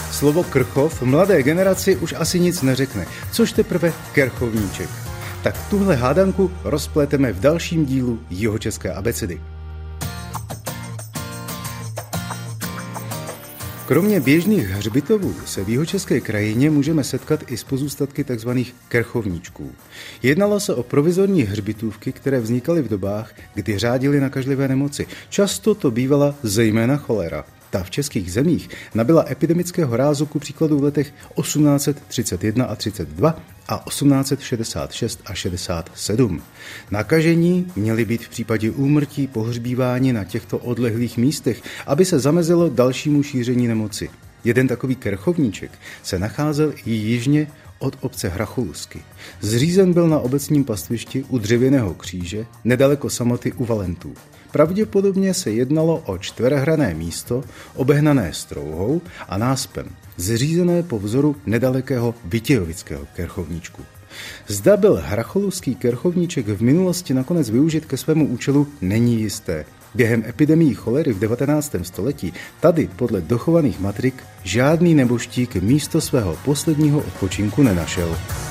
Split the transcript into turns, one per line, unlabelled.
Slovo krchov mladé generaci už asi nic neřekne, což teprve kerchovníček. Tak tuhle hádanku rozpléteme v dalším dílu Jihočeské abecedy. Kromě běžných hřbitovů se v jihočeské krajině můžeme setkat i s pozůstatky tzv. Kerchovníčků. Jednalo se o provizorní hřbitůvky, které vznikaly v dobách, kdy řádily nakažlivé nemoci. Často to bývala zejména cholera. Ta v českých zemích nabyla epidemického rázu ku příkladu v letech 1831 a 32 a 1866 a 67. Nakažení měly být v případě úmrtí pohřbíváni na těchto odlehlých místech, aby se zamezilo dalšímu šíření nemoci. Jeden takový kerchovníček se nacházel i jižně od obce Hracholusky. Zřízen byl na obecním pastvišti u dřevěného kříže, nedaleko samoty u Valentů. Pravděpodobně se jednalo o čtverhranné místo, obehnané strouhou a náspem, zřízené po vzoru nedalekého Vitějovického kerchovníčku. Zda byl hracholuský kerchovníček v minulosti nakonec využit ke svému účelu, není jisté. Během epidemií cholery v 19. století tady podle dochovaných matrik žádný nebožtík místo svého posledního odpočinku nenašel.